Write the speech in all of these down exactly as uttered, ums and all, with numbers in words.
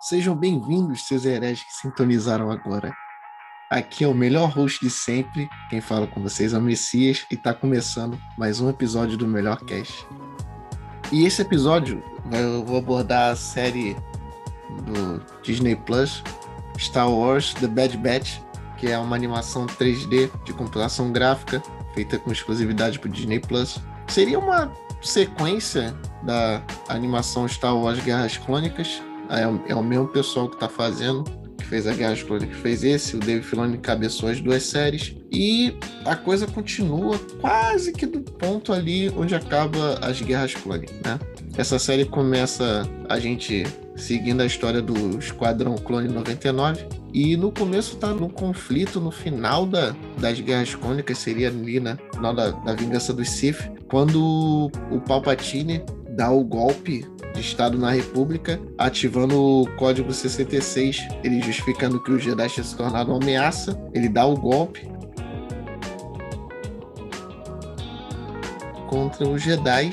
Sejam bem-vindos, seus hereges que sintonizaram agora. Aqui é o melhor host de sempre, quem fala com vocês é o Messias e está começando mais um episódio do Melhor Cast. E esse episódio eu vou abordar a série do Disney Plus, Star Wars The Bad Batch, que é uma animação três D de computação gráfica feita com exclusividade para o Disney Plus. Seria uma sequência da animação Star Wars Guerras Clônicas. É, é o mesmo pessoal que está fazendo, que fez a Guerras Clônicas, que fez esse, o Dave Filoni encabeçou as duas séries, e a coisa continua quase que do ponto ali onde acaba as Guerras Clônicas, né? Essa série começa a gente seguindo a história do Esquadrão Clone noventa e nove, e no começo tá no conflito, no final da, das Guerras Clônicas, seria ali, né? No final da, da Vingança dos Sith, quando o Palpatine dá o golpe de Estado na República, ativando o Código sessenta e seis, ele justificando que o Jedi tinha se tornado uma ameaça, ele dá o golpe contra os Jedi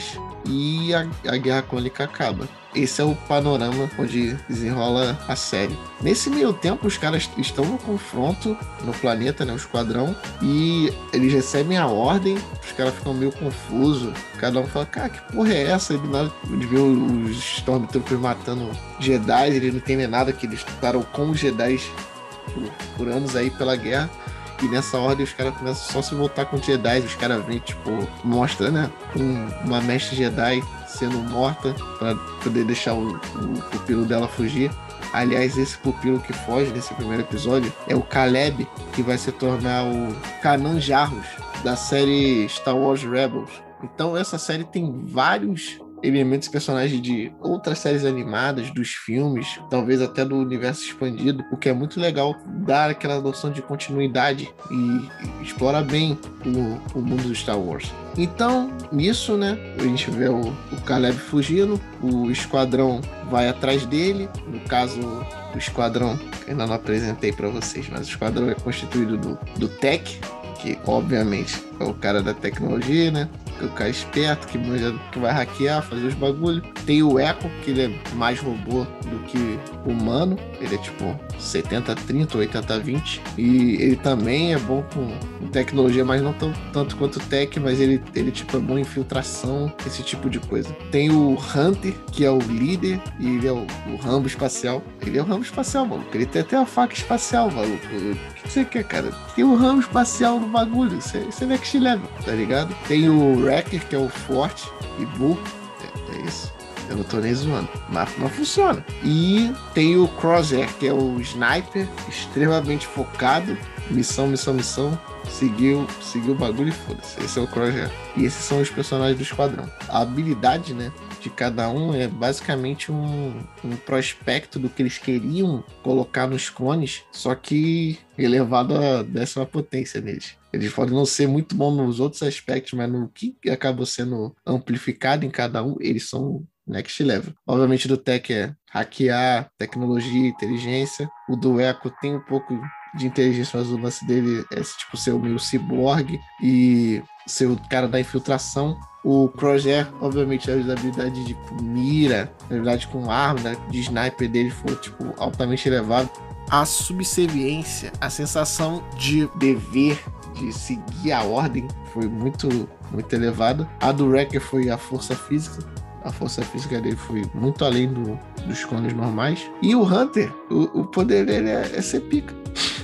e a, a Guerra Clônica acaba. Esse é o panorama onde desenrola a série. Nesse meio tempo, os caras estão no confronto no planeta, né, o esquadrão, e eles recebem a ordem, os caras ficam meio confusos, cada um fala, cara, que porra é essa? Ele, ele vê os Stormtroopers matando Jedi, ele não entende nada, que eles lutaram com os Jedi por, por anos aí pela guerra. E nessa ordem os caras começam só a se voltar com os Jedi. Os caras vêm, tipo, mostra, né? Um, uma mestre Jedi sendo morta pra poder deixar o, o pupilo dela fugir. Aliás, esse pupilo que foge nesse primeiro episódio é o Caleb, que vai se tornar o Kanan Jarrus da série Star Wars Rebels. Então essa série tem vários elementos e personagens de outras séries animadas, dos filmes, talvez até do universo expandido, o que é muito legal, dar aquela noção de continuidade e, e explora bem o, o mundo do Star Wars. Então, nisso, né, a gente vê o, o Caleb fugindo, o esquadrão vai atrás dele, no caso, o esquadrão, que ainda não apresentei para vocês, mas o esquadrão é constituído do, do Tech, que obviamente é o cara da tecnologia, né? O cara esperto, que, manja, que vai hackear, fazer os bagulhos. Tem o Echo, que ele é mais robô do que humano. Ele é tipo setenta trinta, oitenta vinte. E ele também é bom com, com tecnologia, mas não tão, tanto quanto o Tech, mas ele, ele tipo, é bom em infiltração, esse tipo de coisa. Tem o Hunter, que é o líder, e ele é o, o Rambo espacial. Ele é o Rambo espacial, maluco. Ele tem até a faca espacial, maluco. O que você quer, cara? Tem o Rambo espacial no bagulho. Isso é next level, tá ligado? Tem o Wrecker, que é o forte e burro. É, é isso. Eu não tô nem zoando. Mas não funciona. E tem o Crosshair, que é o sniper, extremamente focado. Missão, missão, missão. Seguiu, seguiu o bagulho e foda-se. Esse é o Crosshair. E esses são os personagens do esquadrão. A habilidade, né, de cada um é basicamente um, um prospecto do que eles queriam colocar nos clones, só que elevado à décima potência neles. Eles podem não ser muito bons nos outros aspectos, mas no que acabou sendo amplificado em cada um, eles são next level. Obviamente do Tech é hackear, tecnologia, inteligência. O do Echo tem um pouco de inteligência, mas o lance dele é tipo ser o meio ciborgue e ser o cara da infiltração. O Crosshair, obviamente, a habilidade de mira, a habilidade com arma, né, de sniper dele foi tipo altamente elevado. A subserviência, a sensação de dever, de seguir a ordem, foi muito, muito elevada. A do Wrecker foi a força física. A força física dele foi muito além do, dos clones normais. E o Hunter, o, o poder dele é, é ser pica.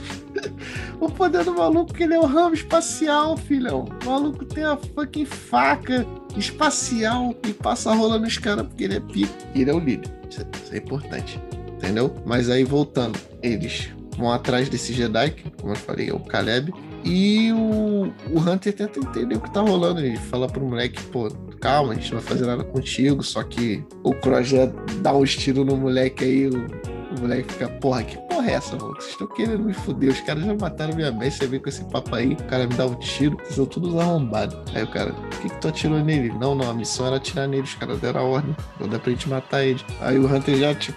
O poder do maluco, que ele é o ramo espacial, filhão. O maluco tem a fucking faca espacial e passa a rola nos caras porque ele é pica. E ele é o líder. Isso é, isso é importante. Entendeu? Mas aí, voltando, eles vão atrás desse Jedi, que, como eu falei, é o Caleb. E o, o Hunter tenta entender o que tá rolando. Ele fala pro moleque, pô, calma, a gente não vai fazer nada contigo. Só que o Crosshair dá um tiro no moleque aí, o, o moleque fica, porra, que porra é essa, mano? Vocês estão querendo me foder, os caras já mataram minha mãe, você vem com esse papo aí, o cara me dá um tiro, vocês são todos arrombados. Aí o cara, por que que tu atirou nele? Não, não, a missão era atirar nele, os caras deram a ordem, não dá pra gente matar ele. Aí o Hunter já, tipo,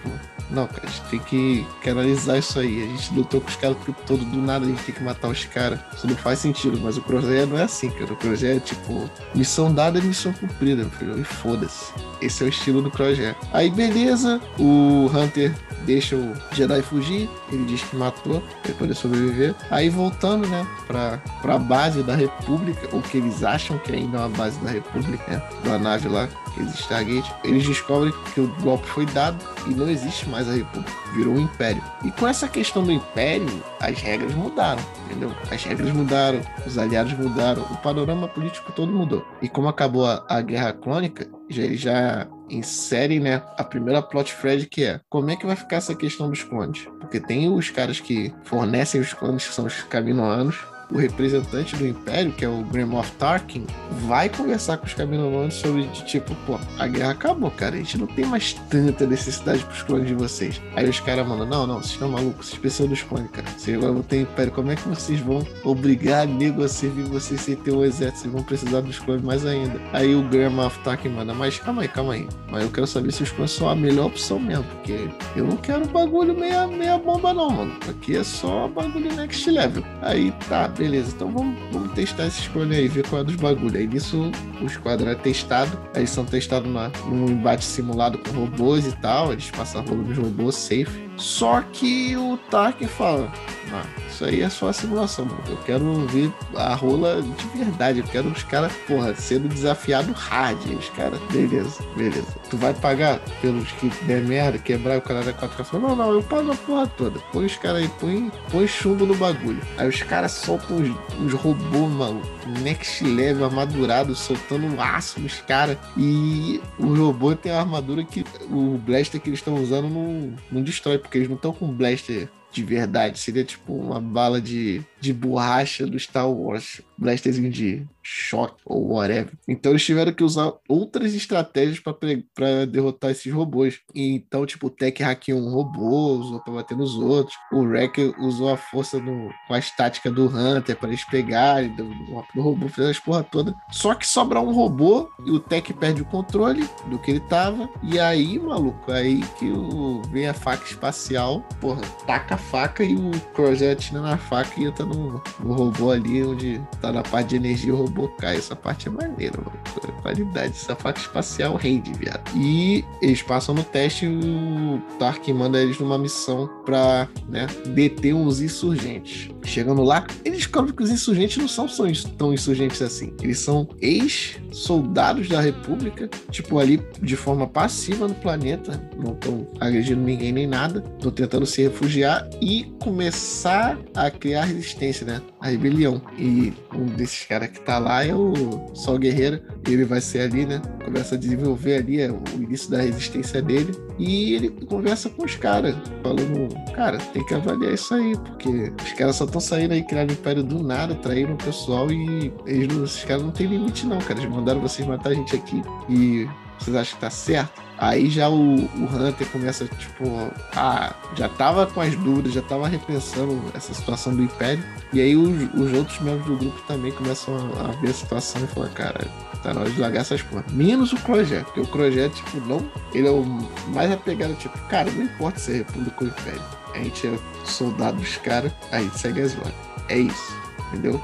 Não, cara, a gente tem que, que analisar isso aí. A gente lutou com os caras o tempo todo, do nada a gente tem que matar os caras. Isso não faz sentido, mas o Crosshair não é assim, cara. O Crosshair é tipo, missão dada é missão cumprida, meu filho. E foda-se. Esse é o estilo do Crosshair. Aí, beleza, o Hunter deixa o Jedi fugir, ele diz que matou pra poder sobreviver. Aí voltando, né, pra, pra base da República, ou que eles acham que ainda é uma base da República, né, da nave lá, que existe Stargate, eles descobrem que o golpe foi dado e não existe mais a República, virou um Império. E com essa questão do Império, as regras mudaram, entendeu? As regras mudaram, os aliados mudaram, o panorama político todo mudou. E como acabou a, a Guerra Clônica, já, eles já inserem, né, a primeira plot thread, que é como é que vai ficar essa questão dos clones. Porque tem os caras que fornecem os clones, que são os Kaminoanos. O representante do Império, que é o Grand Moff Tarkin, vai conversar com os Kaminoanos sobre, de, tipo, pô, a guerra acabou, cara, a gente não tem mais tanta necessidade pros clones de vocês. Aí os caras mandam, não, não, vocês estão malucos, vocês precisam dos clones, cara. Vocês agora vão ter Império, como é que vocês vão obrigar nego a servir vocês sem ter um exército? Vocês vão precisar dos clones mais ainda. Aí o Grand Moff Tarkin manda, mas calma aí, calma aí, mas eu quero saber se os clones são a melhor opção mesmo, porque eu não quero bagulho meia, meia bomba não, mano. Aqui é só bagulho next level. Aí tá, beleza, então vamos, vamos testar esses clones aí, ver qual é dos bagulho. Aí nisso o esquadrão é testado, aí eles são testados na, num embate simulado com robôs e tal, eles passam rolo nos robôs safe. Só que o Tarkin fala, ah, isso aí é só a simulação, mano. Eu quero ver a rola de verdade, eu quero os caras, porra, sendo desafiado hard. E os caras, beleza, beleza. Tu vai pagar pelos que der merda, quebrar o cara da quatro K? Não, não, eu pago a porra toda. Põe os caras aí, põe, põe chumbo no bagulho. Aí os caras soltam os, os robôs, maluco, next level, armadurados, soltando aço nos caras. E o robô tem a armadura que o blaster que eles estão usando não, não destrói, porque eles não estão com blaster de verdade. Seria tipo uma bala de, de borracha do Star Wars, blasterzinho de choque ou whatever. Então eles tiveram que usar outras estratégias para derrotar esses robôs. E então, tipo, o Tech hackeou um robô, usou para bater nos outros. O Wrecker usou a força no, com a estática do Hunter para eles pegarem do, do, do robô, fez as porra toda. Só que sobra um robô e o Tech perde o controle do que ele tava. E aí, maluco, aí que o, vem a faca espacial, porra, taca a faca e o Crosshair atira na faca e entra no, no robô ali, onde tá na parte de energia, o robô cai. Essa parte é maneira, mano. Qualidade. Essa faca espacial rende, viado. E eles passam no teste e o Tarkin manda eles numa missão pra, né, deter uns insurgentes. Chegando lá, eles descobrem que os insurgentes não são tão insurgentes assim. Eles são ex-soldados da República, tipo, ali de forma passiva no planeta. Não estão agredindo ninguém nem nada. Estão tentando se refugiar e começar a criar resistência, né? A rebelião. E um desses caras que tá lá é o Sol Guerreiro. Ele vai ser ali, né? Começa a desenvolver ali é, o início da resistência dele. E ele conversa com os caras, falando, cara, tem que avaliar isso aí, porque os caras só estão saindo aí, criando império do nada, traíram o pessoal e eles não, esses caras não tem limite não, cara. Eles mandaram vocês matar a gente aqui e vocês acham que tá certo? Aí já o, o Hunter começa, tipo, a, já tava com as dúvidas, já tava repensando essa situação do Império. E aí os, os outros membros do grupo também começam a, a ver a situação e falar, cara, tá na hora de largar essas porra. Menos o Crosshair, porque o Crosshair, tipo, não, ele é o mais apegado, tipo, cara, não importa se é República ou Império. A gente é soldado dos caras, a gente segue as ordens. É isso, entendeu?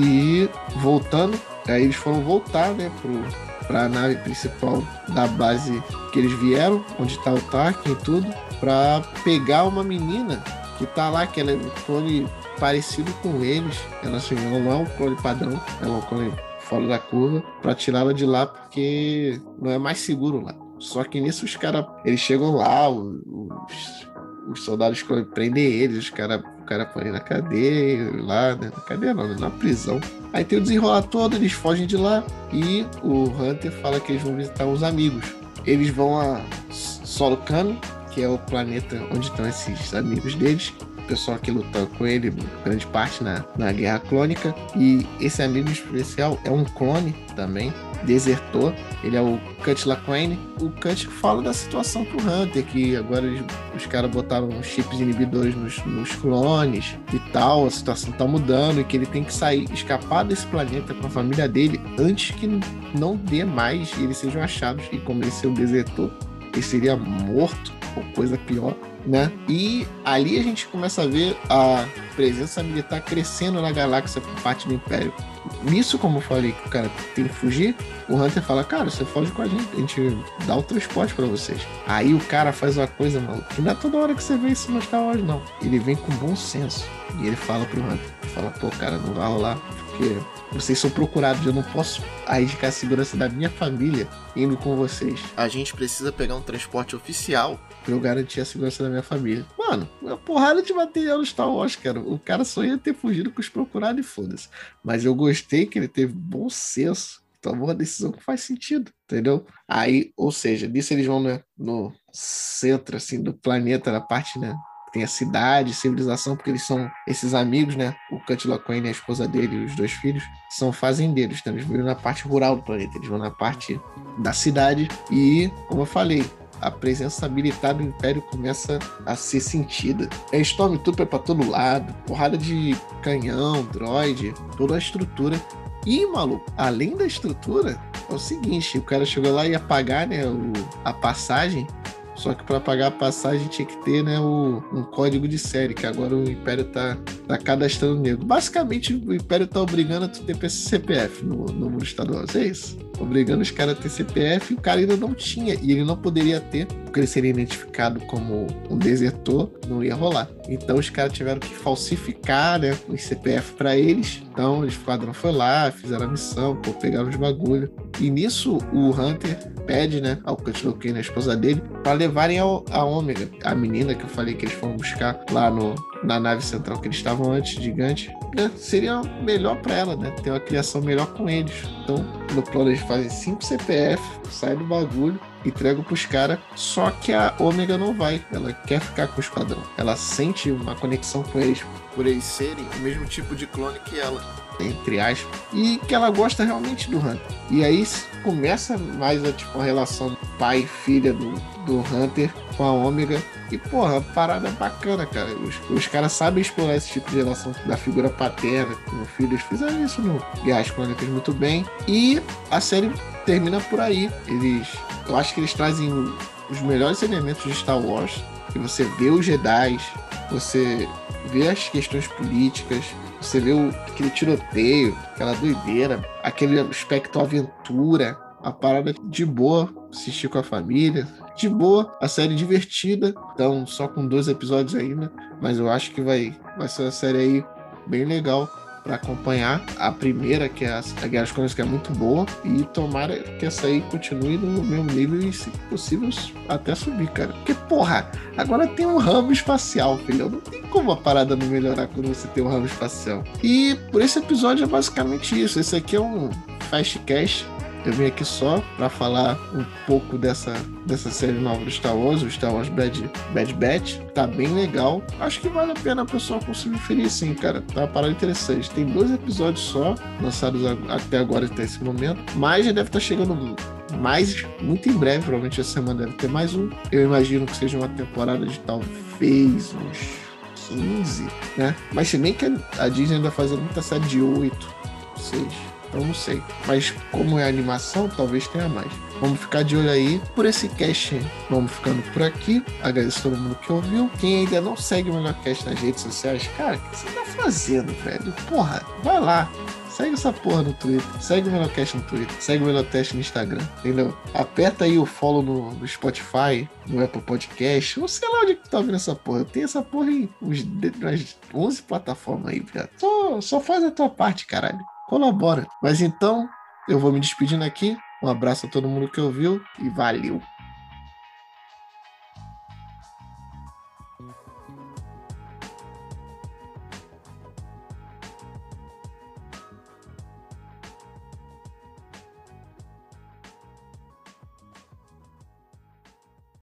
E voltando, aí eles foram voltar, né, pro... para a nave principal da base que eles vieram, onde tá o Tarkin e tudo, para pegar uma menina que tá lá, que ela é um clone parecido com eles. Ela, assim, ela não é um clone padrão, ela é um clone fora da curva, para tirá-la de lá, porque não é mais seguro lá. Só que nisso os caras, eles chegam lá, os, os soldados prendem eles, os caras o cara põe na cadeia, lá, né? Na cadeia não, na prisão. Aí tem o desenrolar todo, eles fogem de lá e o Hunter fala que eles vão visitar uns amigos. Eles vão a Solo Kano, que é o planeta onde estão esses amigos deles. O pessoal que luta com ele, grande parte na, na Guerra Clônica. E esse amigo especial é um clone também, desertor. Ele é o Cut Lawquane. O Cut fala da situação pro Hunter, que agora eles, os caras botaram chips inibidores nos, nos clones e tal, a situação tá mudando e que ele tem que sair, escapar desse planeta com a família dele antes que não dê mais e eles sejam achados. E como ele ser um desertor, ele seria morto ou coisa pior. né? E ali a gente começa a ver a presença militar crescendo na galáxia por parte do Império. Nisso, como eu falei, que o cara tem que fugir, o Hunter fala, cara, você foge com a gente, a gente dá o transporte pra vocês. Aí o cara faz uma coisa, maluco, que não é toda hora que você vê isso no Star Wars, não. Ele vem com bom senso. E ele fala pro Hunter, fala, pô, cara, não vai rolar, porque vocês são procurados, eu não posso arriscar a segurança da minha família indo com vocês. A gente precisa pegar um transporte oficial pra eu garantir a segurança da minha família. Mano, uma porrada de material no Star Wars, cara. O cara só ia ter fugido com os procurados e foda-se. Mas eu gostei que ele teve bom senso, tomou uma decisão que faz sentido, entendeu? Aí, ou seja, nisso eles vão, né, no centro, assim, do planeta, na parte, né, tem a cidade, civilização, porque eles são esses amigos, né? O Cut Lawquane e a esposa dele e os dois filhos são fazendeiros, então eles vivem na parte rural do planeta, eles vão na parte da cidade e, como eu falei, a presença militar do Império começa a ser sentida. É Stormtrooper pra todo lado, porrada de canhão, droid, toda a estrutura. E, maluco, além da estrutura, é o seguinte, o cara chegou lá e ia pagar, né, o, a passagem. Só que para pagar a passagem tinha que ter, né, o, um código de série, que agora o Império tá, tá cadastrando nego. Basicamente, o Império tá obrigando a tu ter C P F no, no mundo estadual. É isso? Obrigando os caras a ter C P F e o cara ainda não tinha. E ele não poderia ter, porque ele seria identificado como um desertor, não ia rolar. Então os caras tiveram que falsificar, né, os C P F para eles. Então o esquadrão foi lá, fizeram a missão, pô, pegaram os bagulho. E nisso o Hunter pede, né, ao Cut Lawquane, a esposa dele, para levarem ao, a Ômega, a menina que eu falei que eles foram buscar lá no, na nave central que eles estavam antes, gigante, né? Seria melhor para ela, né? Ter uma criação melhor com eles. Então, no plano eles fazem cinco C P F, sai do bagulho, entregam pros caras, só que a Ômega não vai, ela quer ficar com o esquadrão. Ela sente uma conexão com eles, por eles serem o mesmo tipo de clone que ela, entre aspas, e que ela gosta realmente do Hunter. E aí começa mais a, tipo, a relação pai e filha do, do Hunter com a Ômega. E, porra, a parada é bacana, cara. Os, os caras sabem explorar esse tipo de relação da figura paterna com o filho. Eles fizeram isso no Guerras Clônicas muito bem. E a série termina por aí. Eles, eu acho que eles trazem os melhores elementos de Star Wars. Que você vê os Jedi, você vê as questões políticas, você vê o, aquele tiroteio, aquela doideira, aquele aspecto aventura, a parada de boa, assistir com a família, de boa, a série divertida, então só com dois episódios ainda, mas eu acho que vai, vai ser uma série aí bem legal para acompanhar. A primeira, que é a, a Guerra das Clônicas, que é muito boa, e tomara que essa aí continue no mesmo nível e, se possível, até subir, cara. Porque, porra, agora tem um ramo espacial, filhão. Não tem como a parada não melhorar quando você tem um ramo espacial. E por esse episódio é basicamente isso. Esse aqui é um Fastcast. Eu vim aqui só para falar um pouco dessa, dessa série nova do Star Wars, o Star Wars Bad, Bad Batch. Tá bem legal. Acho que vale a pena a pessoa conseguir ferir sim, cara. Tá uma parada interessante. Tem dois episódios só, lançados até agora, até esse momento. Mas já deve estar chegando mais, muito em breve. Provavelmente essa semana deve ter mais um. Eu imagino que seja uma temporada de talvez uns quinze, né? Mas se bem que a Disney ainda faz muita série de oito, seis. Então não sei. Mas como é animação, talvez tenha mais. Vamos ficar de olho aí. Por esse cast, vamos ficando por aqui. Agradeço a todo mundo que ouviu. Quem ainda não segue o Melhorcast nas redes sociais, cara, o que você tá fazendo, velho? Porra, vai lá. Segue essa porra no Twitter. Segue o Melhorcast no Twitter. Segue o Melhorcast no Instagram. Entendeu? Aperta aí o follow no, no Spotify, no Apple Podcast. Ou sei lá onde que tá ouvindo essa porra. Eu tenho essa porra em uns, umas onze plataformas aí, velho. Só, só faz a tua parte, caralho. Colabora. Mas então, eu vou me despedindo aqui. Um abraço a todo mundo que ouviu e valeu!